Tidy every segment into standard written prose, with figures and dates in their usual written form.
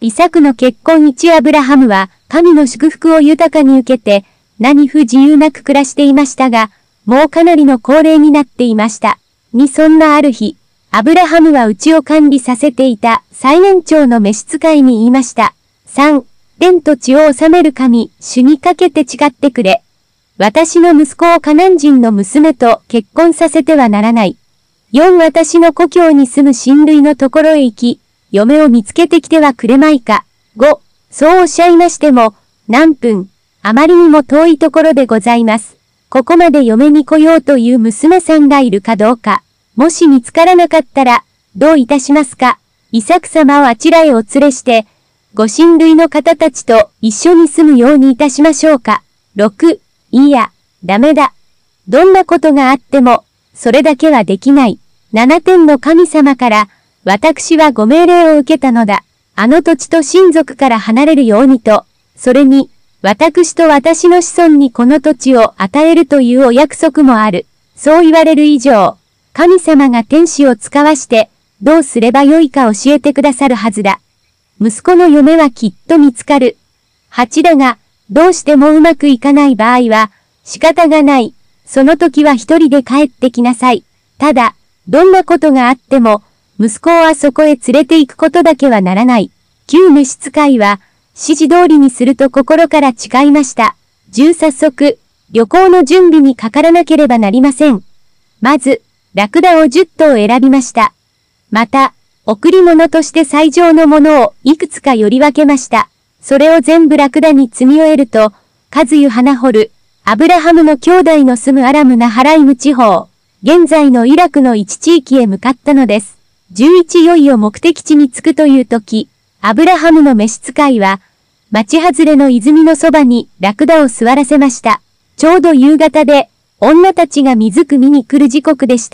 イサクの結婚1アブラハムは神の祝福を豊かに受けて何不自由なく暮らしていましたが、もうかなりの高齢になっていました。そんなある日、アブラハムは家を管理させていた最年長の召使いに言いました。3、天と地を治める神、主にかけて誓ってくれ。私の息子をカナン人の娘と結婚させてはならない。4、私の故郷に住む親類のところへ行き、嫁を見つけてきてはくれまいか。5、そうおっしゃいましても、何分、あまりにも遠いところでございます。ここまで嫁に来ようという娘さんがいるかどうか。もし見つからなかったら、どういたしますか。イサク様をあちらへお連れして、ご親類の方たちと一緒に住むようにいたしましょうか。6、いいや、ダメだ。どんなことがあっても、それだけはできない。7、天の神様から、私はご命令を受けたのだ。あの土地と親族から離れるようにと、それに、私と私の子孫にこの土地を与えるというお約束もある。そう言われる以上、神様が天使を使わして、どうすればよいか教えてくださるはずだ。息子の嫁はきっと見つかる。8だが、どうしてもうまくいかない場合は、仕方がない。その時は一人で帰ってきなさい。ただ、どんなことがあっても、息子をあそこへ連れて行くことだけはならない。9、召使いは、指示通りにすると心から誓いました。10、早速、旅行の準備にかからなければなりません。まず、ラクダを10頭選びました。また、贈り物として最上のものをいくつかより分けました。それを全部ラクダに積み終えると、数湯花掘る、アブラハムの兄弟の住むアラムナハライム地方、現在のイラクの一地域へ向かったのです。11、いよいよ目的地に着くという時、アブラハムの召使いは、町外れの泉のそばにラクダを座らせました。ちょうど夕方で、女たちが水汲みに来る時刻でした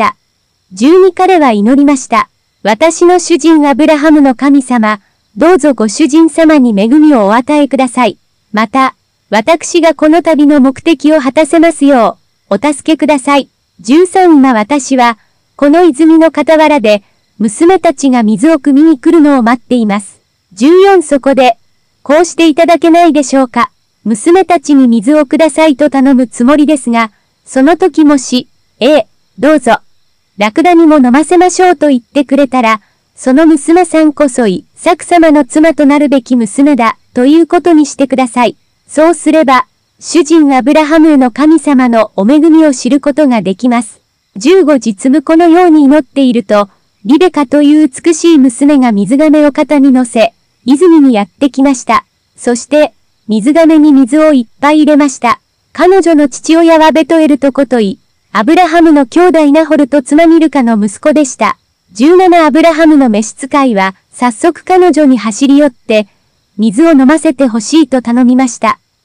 。12、彼は祈りました。私の主人アブラハムの神様、どうぞご主人様に恵みをお与えください。また、私がこの旅の目的を果たせますよう、お助けください。13、今私は、この泉の傍らで、娘たちが水を汲みに来るのを待っています。14、そこで、こうしていただけないでしょうか。娘たちに水をくださいと頼むつもりですが、その時もし、どうぞ。ラクダにも飲ませましょうと言ってくれたら、その娘さんこそイサク様の妻となるべき娘だ、ということにしてください。そうすれば、主人アブラハムの神様のお恵みを知ることができます。15、実務このように祈っていると、リベカという美しい娘が水亀を肩に乗せ、泉にやってきました。そして、水亀に水をいっぱい入れました。彼女の父親はベトエルとコトイ、アブラハムの兄弟ナホルと妻ミルカの息子でした。17、アブラハムの召使いは、早速彼女に走り寄って、水を飲ませてほしいと頼みました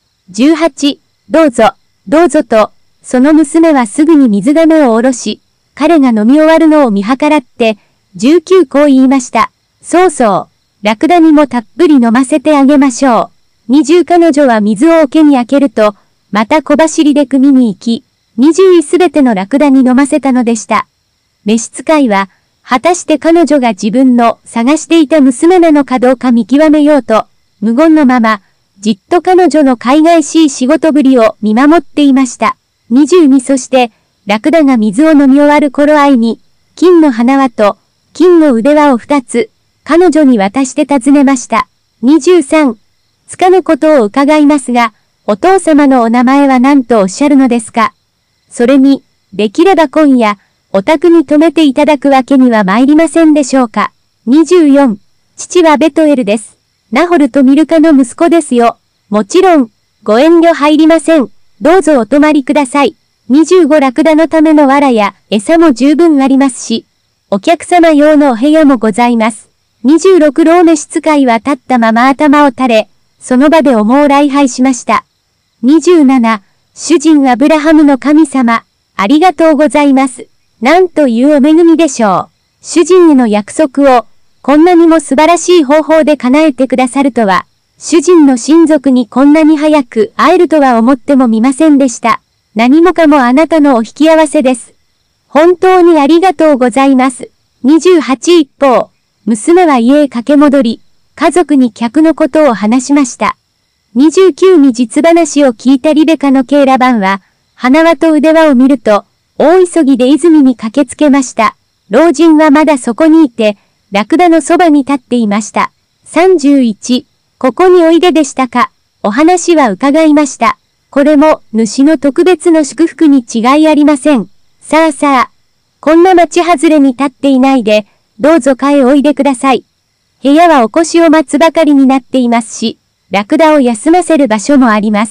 。18、どうぞ、どうぞと、その娘はすぐに水亀を下ろし、彼が飲み終わるのを見計らって、19、こう言いました。そうそう、ラクダにもたっぷり飲ませてあげましょう。20、彼女は水を桶に開けると、また小走りで汲みに行き、21すべてのラクダに飲ませたのでした。召使いは、果たして彼女が自分の探していた娘なのかどうか見極めようと、無言のまま、じっと彼女の海外しい仕事ぶりを見守っていました。22、そして、ラクダが水を飲み終わる頃合いに、金の花輪と、金の腕輪を2つ、彼女に渡して尋ねました。23、つかぬことを伺いますが、お父様のお名前は何とおっしゃるのですか。それに、できれば今夜、お宅に泊めていただくわけには参りませんでしょうか。24、父はベトエルです。ナホルとミルカの息子ですよ。もちろん、ご遠慮入りません。どうぞお泊まりください。25、ラクダのための藁や餌も十分ありますし、お客様用のお部屋もございます。26、老召使いは立ったまま頭を垂れ、その場でおも礼拝しました。27、主人アブラハムの神様、ありがとうございます。なんというお恵みでしょう。主人への約束を、こんなにも素晴らしい方法で叶えてくださるとは、主人の親族にこんなに早く会えるとは思ってもみませんでした。何もかもあなたのお引き合わせです。本当にありがとうございます。28、一方、娘は家へ駆け戻り、 家族に客のことを話しました。29に実話を聞いたリベカのKラバンは、花輪と腕輪を見ると、大急ぎで泉に駆けつけました。老人はまだそこにいて、ラクダのそばに立っていました。31、ここにおいででしたか。お話は伺いました。これも、主の特別の祝福に違いありません。さあさあ、こんな町外れに立っていないで、どうぞ買へおいでください。部屋はお越しを待つばかりになっていますし、ラクダを休ませる場所もあります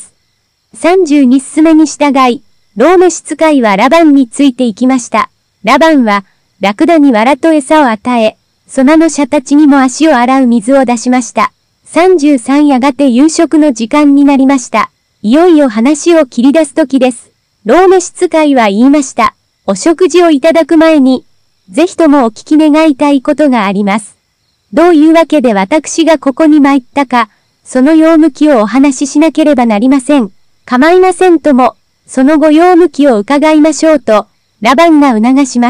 。32すすめに従い、老召使いはラバンについて行きました。ラバンは、ラクダに藁と餌を与え、その舎たちにも足を洗う水を出しました。33やがて夕食の時間になりました。いよいよ話を切り出す時です。老召使いは言いました。お食事をいただく前に、ぜひともお聞き願いたいことがあります。どういうわけで私がここに参ったか、その用向きをお話ししなければなりません。構いませんとも、そのご用向きを伺いましょうと、ラバンが促します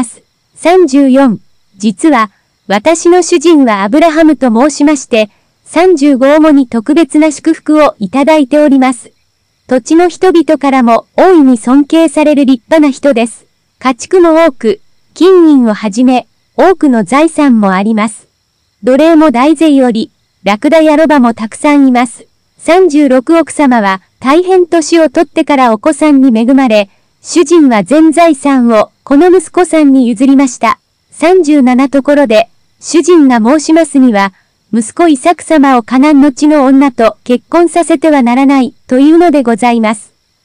。34、実は、私の主人はアブラハムと申しまして、35主に特別な祝福をいただいております。土地の人々からも大いに尊敬される立派な人です。家畜も多く、金銀をはじめ、多くの財産もあります。奴隷も大勢より、ラクダやロバもたくさんいます。36奥様は大変年を取ってからお子さんに恵まれ、主人は全財産をこの息子さんに譲りました。37ところで、主人が申しますには、息子イサク様をカナンの地の女と結婚させてはならないというのでございます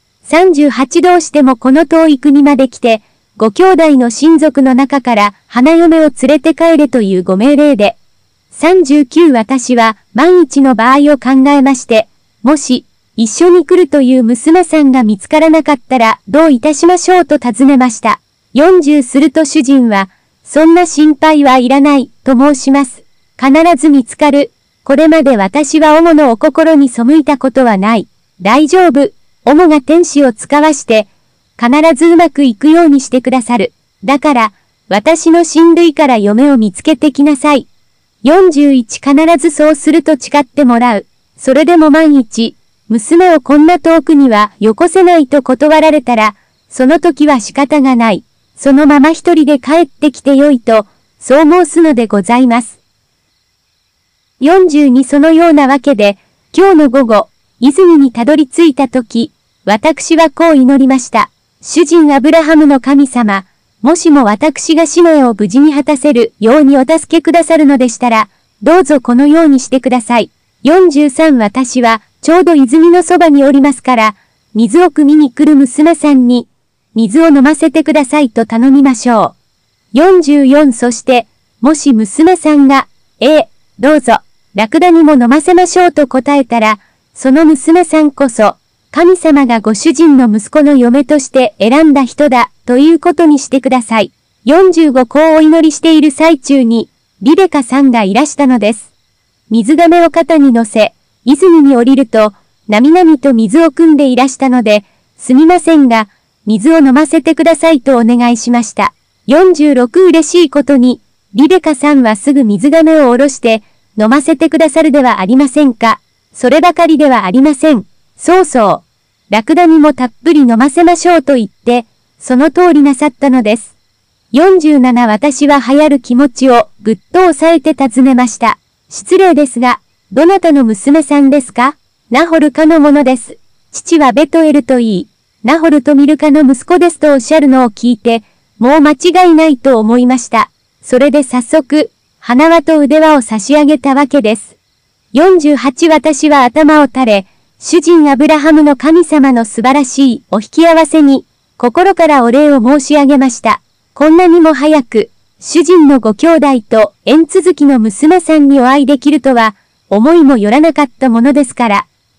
。38どうしてもこの遠い国まで来て、ご兄弟の親族の中から花嫁を連れて帰れというご命令で、39私は万一の場合を考えまして、もし一緒に来るという娘さんが見つからなかったらどういたしましょうと尋ねました。40すると主人は、そんな心配はいらないと申します。必ず見つかる。これまで私は主のお心に背いたことはない。大丈夫。主が天使を使わして、必ずうまくいくようにしてくださる。だから、私の親類から嫁を見つけてきなさい。41必ずそうすると誓ってもらう。それでも万一、娘をこんな遠くにはよこせないと断られたら、その時は仕方がない。そのまま一人で帰ってきてよいと、そう申すのでございます。42そのようなわけで、今日の午後、泉にたどり着いた時、私はこう祈りました。主人アブラハムの神様、もしも私が使命を無事に果たせるようにお助けくださるのでしたら、どうぞこのようにしてください。43私は、ちょうど泉のそばにおりますから、水を汲みに来る娘さんに、水を飲ませてくださいと頼みましょう。44そして、もし娘さんが、どうぞ、ラクダにも飲ませましょうと答えたら、その娘さんこそ、神様がご主人の息子の嫁として選んだ人だ、ということにしてください。45こうお祈りしている最中に、リベカさんがいらしたのです。水亀を肩に乗せ、泉に降りると、なみなみと水を汲んでいらしたので、すみませんが、水を飲ませてくださいとお願いしました。46嬉しいことに、リベカさんはすぐ水亀を下ろして、飲ませてくださるではありませんか。そればかりではありません。そうそう。ラクダにもたっぷり飲ませましょうと言って、その通りなさったのです。47私は流行る気持ちをぐっと抑えて尋ねました。失礼ですが、どなたの娘さんですか？ナホルかのものです。父はベトエルと言い、ナホルとミルカの息子ですとおっしゃるのを聞いて、もう間違いないと思いました。それで早速、花輪と腕輪を差し上げたわけです。48私は頭を垂れ、主人アブラハムの神様の素晴らしいお引き合わせに、心からお礼を申し上げました。こんなにも早く、主人のご兄弟と縁続きの娘さんにお会いできるとは、思いもよらなかったものですから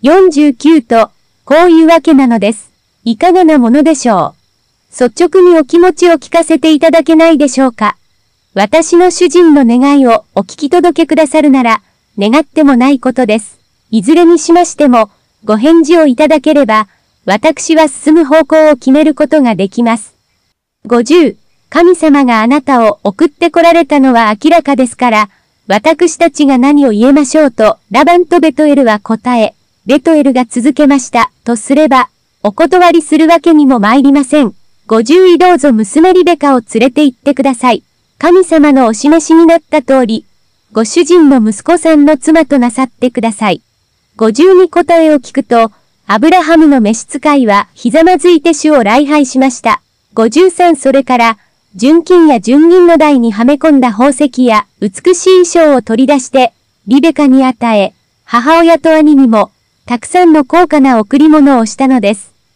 、49と、こういうわけなのです。いかがなものでしょう。率直にお気持ちを聞かせていただけないでしょうか。私の主人の願いをお聞き届けくださるなら、願ってもないことです。いずれにしましても、ご返事をいただければ、私は進む方向を決めることができます。50、神様があなたを送ってこられたのは明らかですから、 私たちが何を言えましょうと、ラバンとベトエルは答え、ベトエルが続けました、とすれば、お断りするわけにも参りません。ご注意どうぞ娘リベカを連れて行ってください。神様のお示しになった通り、ご主人の息子さんの妻となさってください。52答えを聞くと、アブラハムの召使いはひざまずいて主を礼拝しました。53それから、純金や純銀の台にはめ込んだ宝石や美しい衣装を取り出して、リベカに与え、母親と兄にも、たくさんの高価な贈り物をしたのです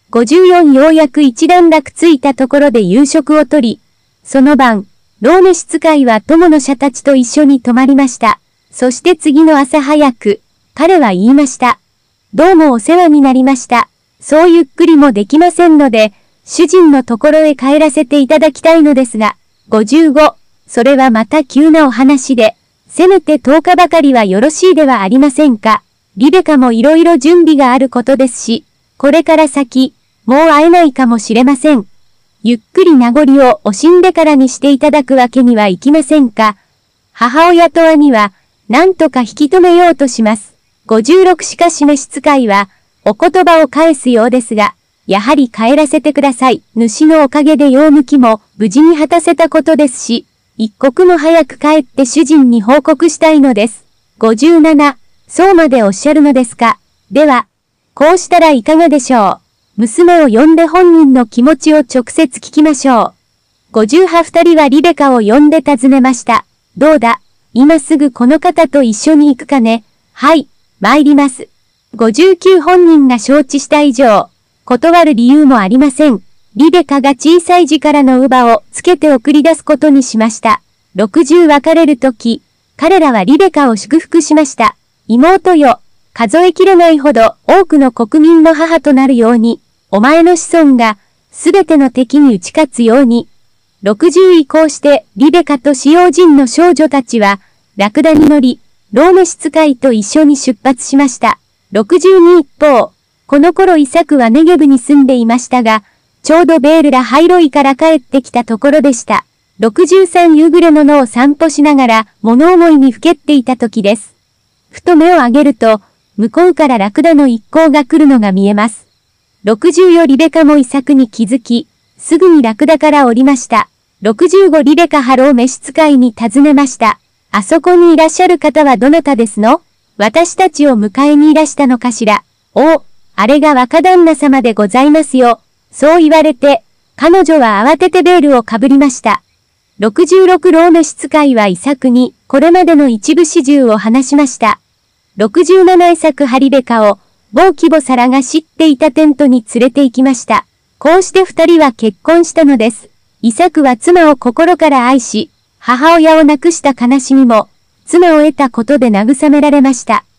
。54ようやく一段落ついたところで夕食をとり、その晩、老召使いは友の者たちと一緒に泊まりました。そして次の朝早く、彼は言いました。どうもお世話になりました。そうゆっくりもできませんので、主人のところへ帰らせていただきたいのですが、55、それはまた急なお話で、せめて10日ばかりはよろしいではありませんか。リベカもいろいろ準備があることですし、これから先、もう会えないかもしれません。ゆっくり名残を惜しんでからにしていただくわけにはいきませんか。母親と兄は、なんとか引き止めようとします。56しかし召使いは、お言葉を返すようですが、やはり帰らせてください。主のおかげで用向きも無事に果たせたことですし、一刻も早く帰って主人に報告したいのです。57、そうまでおっしゃるのですか。では、こうしたらいかがでしょう。娘を呼んで本人の気持ちを直接聞きましょう。58二人はリベカを呼んで尋ねました。どうだ、今すぐこの方と一緒に行くかね。はい、参ります。59本人が承知した以上、断る理由もありません。リベカが小さい字からの乳母をつけて送り出すことにしました。60別れるとき、彼らはリベカを祝福しました。妹よ、数えきれないほど多くの国民の母となるように、お前の子孫がすべての敵に打ち勝つように。60以降してリベカと使用人の少女たちは、ラクダに乗り、老召使いと一緒に出発しました。62一方、この頃イサクはネゲブに住んでいましたが、ちょうどベールラハイロイから帰ってきたところでした。63夕暮れの野を散歩しながら物思いにふけっていた時です。ふと目を上げると、向こうからラクダの一行が来るのが見えます。64リベカもイサクに気づき、すぐにラクダから降りました。65リベカハロー召使いに尋ねました。あそこにいらっしゃる方はどなたですの？私たちを迎えにいらしたのかしら。おう、あれが若旦那様でございますよ。そう言われて、彼女は慌ててベールをかぶりました。66老召使いはイサクに、これまでの一部始終を話しました。67イサクハリベカを、某規模サラが知っていたテントに連れて行きました。こうして二人は結婚したのです。イサクは妻を心から愛し、母親を亡くした悲しみも、妻を得たことで慰められました。